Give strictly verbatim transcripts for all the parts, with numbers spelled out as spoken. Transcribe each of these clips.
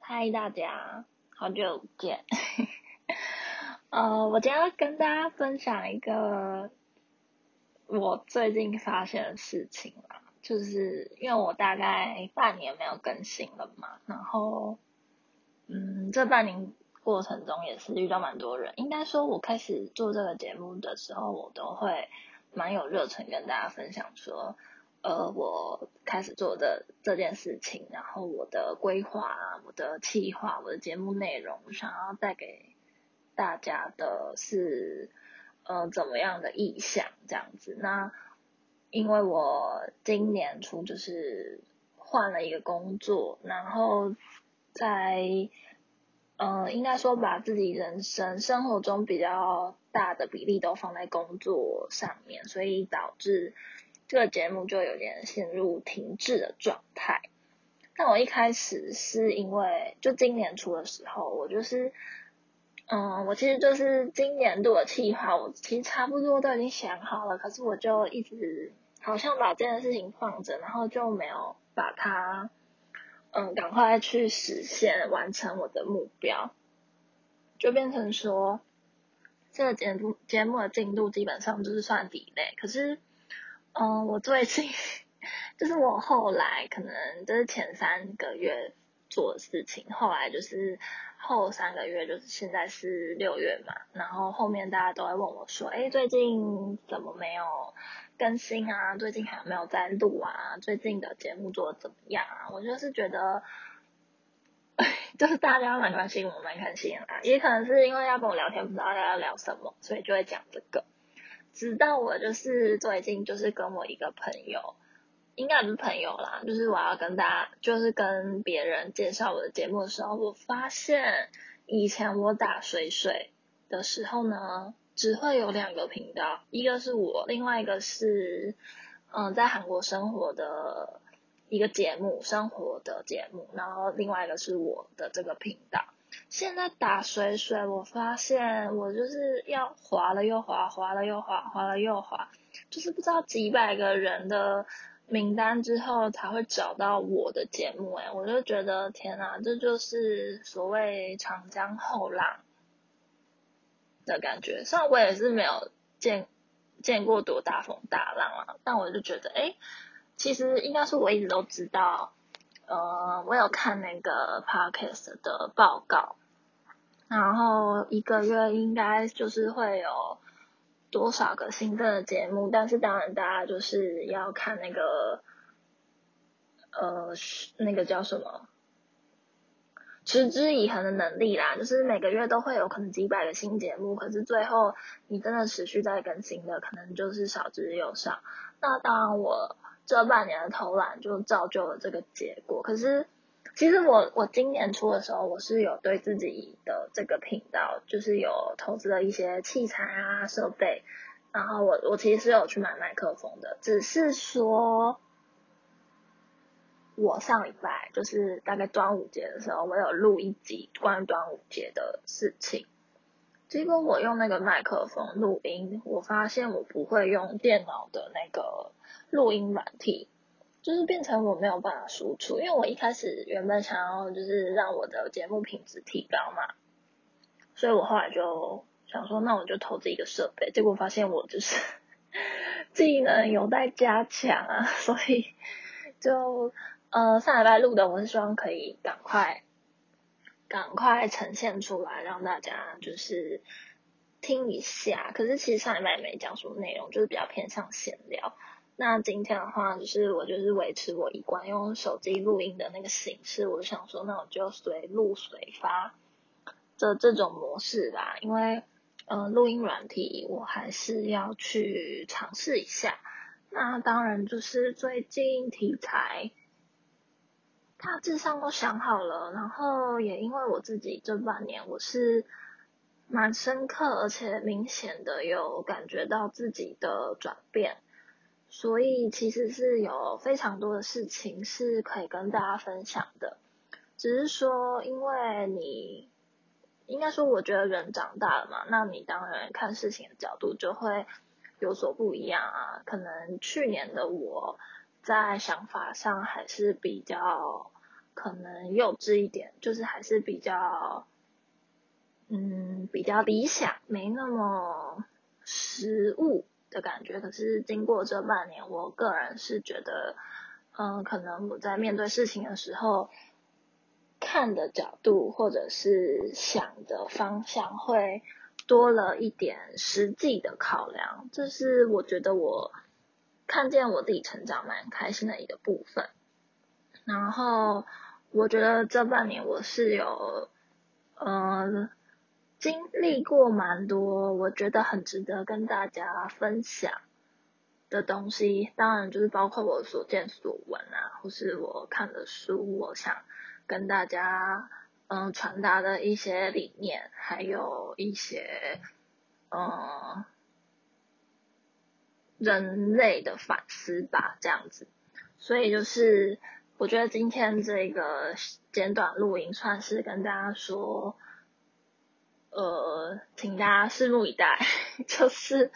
嗨，大家，好久不见。呃，我今天要跟大家分享一个我最近发现的事情啦，就是因为我大概半年没有更新了嘛，然后，嗯，这半年过程中也是遇到蛮多人。应该说，我开始做这个节目的时候，我都会蛮有热忱跟大家分享说。呃，我开始做的这件事情，然后我的规划啊，我的企划，我的节目内容，想要带给大家的是，呃，怎么样的意向这样子。那因为我今年初就是换了一个工作，然后在，呃，应该说把自己人生生活中比较大的比例都放在工作上面，所以导致这个节目就有点陷入停滞的状态。但我一开始是因为就今年初的时候，我就是嗯，我其实就是今年度的计划，我其实差不多都已经想好了，可是我就一直好像把这件事情放着，然后就没有把它嗯赶快去实现完成我的目标，就变成说这个节目节目的进度基本上就是算 delay，可是嗯，我最近就是我后来可能就是前三个月做的事情，后来就是后三个月，就是现在是六月嘛，然后后面大家都会问我说，哎，最近怎么没有更新啊？最近还有没有在录啊？最近的节目做的怎么样啊？我就是觉得，就是大家蛮关心我，蛮开心的啦，也可能是因为要跟我聊天，不知道要聊什么，所以就会讲这个。直到我就是最近就是跟我一个朋友，应该不是朋友啦，就是我要跟大家，就是跟别人介绍我的节目的时候，我发现以前我打水水的时候呢，只会有两个频道，一个是我，另外一个是嗯在韩国生活的一个节目，生活的节目，然后另外一个是我的这个频道。现在打水水，我发现我就是要滑了又滑，滑了又滑，滑了又滑，就是不知道几百个人的名单之后才会找到我的节目。哎，我就觉得天哪，这就是所谓长江后浪的感觉。虽然我也是没有见见过多大风大浪啊，但我就觉得，哎，其实应该是我一直都知道。呃，我有看那个 podcast 的报告，然后一个月应该就是会有多少个新增的节目，但是当然大家就是要看那个呃那个叫什么持之以恒的能力啦，就是每个月都会有可能几百个新节目，可是最后你真的持续在更新的，可能就是少之又少。那当然我这半年的偷懒就造就了这个结果，可是其实我我今年初的时候，我是有对自己的这个频道，就是有投资了一些器材啊设备，然后我我其实是有去买麦克风的，只是说我上礼拜就是大概端午节的时候，我有录一集关于端午节的事情。结果我用那个麦克风录音，我发现我不会用电脑的那个录音软体，就是变成我没有办法输出。因为我一开始原本想要就是让我的节目品质提高嘛，所以我后来就想说，那我就投资一个设备。结果发现我就是技能有待加强啊，所以就呃上礼拜录的，我是希望可以赶快赶快呈现出来，让大家就是听一下。可是其实上礼拜也没讲什么内容，就是比较偏向闲聊。那今天的话，就是我就是维持我一贯用手机录音的那个形式，我就想说，那我就随录随发的这种模式啦。因为呃录音软体我还是要去尝试一下。那当然就是最近题材大致上都想好了，然后也因为我自己这半年我是蛮深刻而且明显的有感觉到自己的转变，所以其实是有非常多的事情是可以跟大家分享的。只是说因为你应该说我觉得人长大了嘛，那你当然看事情的角度就会有所不一样啊。可能去年的我在想法上还是比较可能幼稚一点，就是还是比较嗯比较理想，没那么实务的感觉。可是经过这半年，我个人是觉得嗯可能我在面对事情的时候看的角度或者是想的方向会多了一点实际的考量，这是我觉得我看见我自己成长蛮开心的一个部分。然后我觉得这半年我是有呃经历过蛮多我觉得很值得跟大家分享的东西，当然就是包括我所见所闻啊，或是我看的书，我想跟大家嗯传达的一些理念，还有一些嗯人类的反思吧，这样子。所以就是我觉得今天这个简短录音算是跟大家说，呃，请大家拭目以待，就是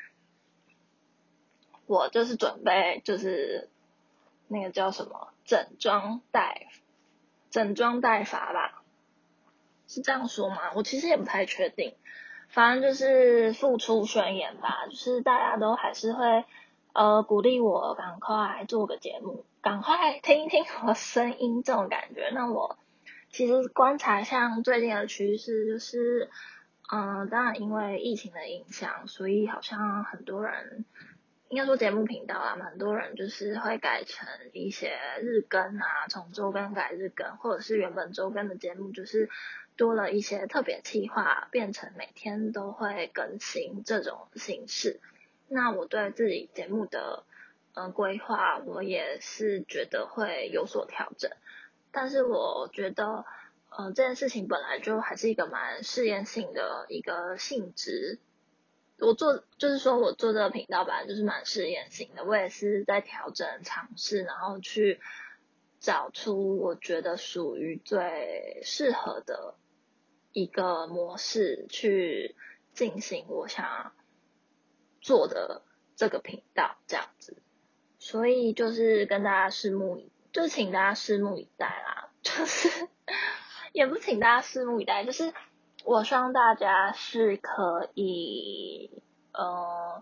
我就是准备就是那个叫什么整装待整装待发吧，是这样说吗？我其实也不太确定，反正就是付出宣言吧，就是大家都还是会呃鼓励我赶快做个节目，赶快听一听我声音这种感觉。那我其实观察像最近的趋势，就是嗯、呃，当然因为疫情的影响，所以好像很多人。应该说节目频道啊，蛮多人就是会改成一些日更啊，从周更改日更，或者是原本周更的节目就是多了一些特别企划，变成每天都会更新这种形式。那我对自己节目的嗯规划，我也是觉得会有所调整，但是我觉得呃这件事情本来就还是一个蛮试验性的一个性质。我做就是说我做这个频道本来就是蛮试验性的，我也是在调整尝试，然后去找出我觉得属于最适合的一个模式去进行我想做的这个频道这样子。所以就是跟大家拭目以就请大家拭目以待啦，就是也不请大家拭目以待，就是我希望大家是可以呃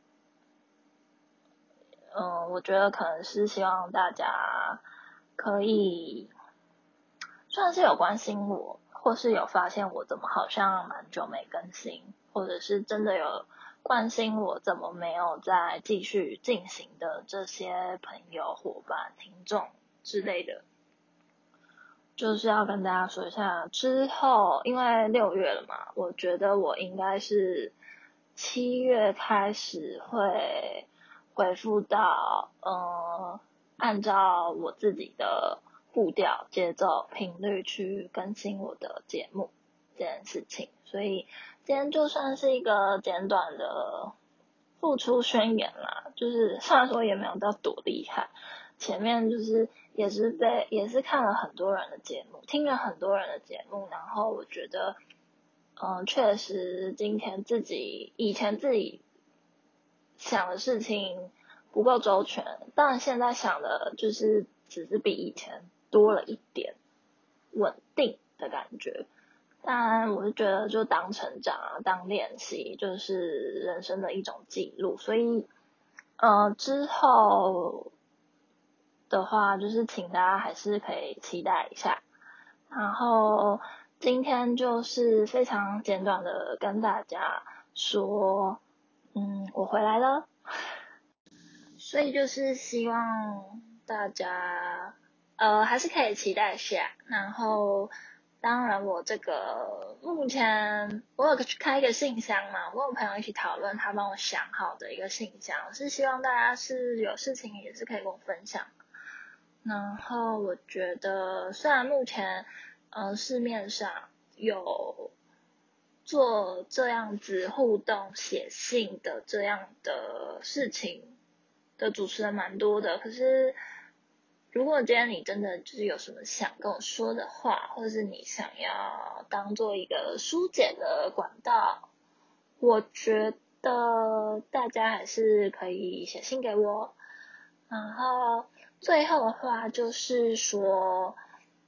呃，我觉得可能是希望大家可以算是有关心我，或是有发现我怎么好像蛮久没更新，或者是真的有关心我怎么没有再继续进行的这些朋友、伙伴、听众之类的，就是要跟大家说一下，之后因为六月了嘛，我觉得我应该是七月开始会恢复到呃，按照我自己的步调、节奏、频率去更新我的节目这件事情。所以今天就算是一个简短的付出宣言啦，就是虽然说也没有到多厉害，前面就是也是被也是看了很多人的节目，听了很多人的节目，然后我觉得嗯，确实今天自己以前自己想的事情不够周全，当然现在想的就是只是比以前多了一点稳定的感觉。当然我是觉得就当成长啊，当练习，就是人生的一种记录，所以呃之后的话就是请大家还是可以期待一下。然后今天就是非常简短的跟大家说，嗯，我回来了，所以就是希望大家呃还是可以期待一下。然后当然我这个目前我有去开一个信箱嘛，我有朋友一起讨论，他帮我想好的一个信箱，是希望大家是有事情也是可以跟我分享。然后我觉得虽然目前呃市面上有做这样子互动写信的这样的事情的主持人蛮多的，可是如果今天你真的就是有什么想跟我说的话，或者是你想要当做一个疏解的管道，我觉得大家还是可以写信给我。然后最后的话就是说，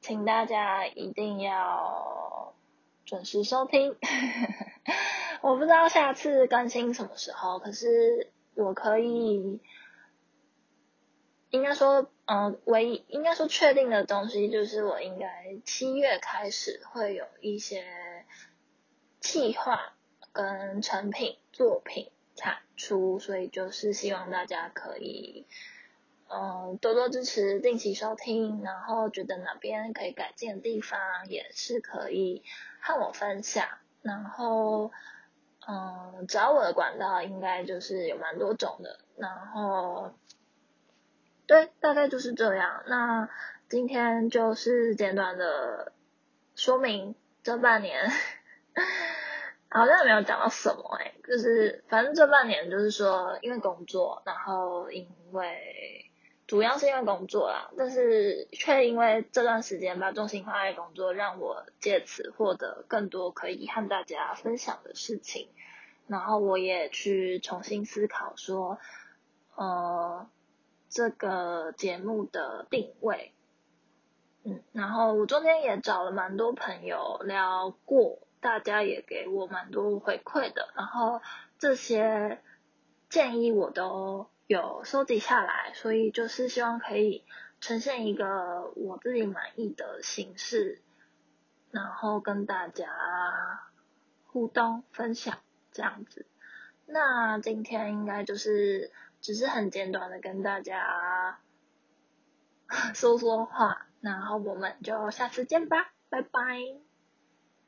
请大家一定要准时收听。我不知道下次更新什么时候，可是我可以，应该说，嗯，唯一应该说确定的东西就是我应该七月开始会有一些企划跟成品作品产出，所以就是希望大家可以嗯多多支持，定期收听，然后觉得哪边可以改进的地方也是可以和我分享，然后嗯找我的管道应该就是有蛮多种的，然后对，大概就是这样。那今天就是简短的说明这半年好像没有讲到什么诶、欸、就是反正这半年就是说因为工作，然后因为主要是因为工作啦，但是却因为这段时间把重心放在工作，让我借此获得更多可以和大家分享的事情，然后我也去重新思考说呃这个节目的定位，嗯，然后我中间也找了蛮多朋友聊过，大家也给我蛮多回馈的，然后这些建议我都有收集下来，所以就是希望可以呈现一个我自己满意的形式，然后跟大家互动分享这样子。那今天应该就是只是很简短的跟大家说说话，然后我们就下次见吧，拜拜。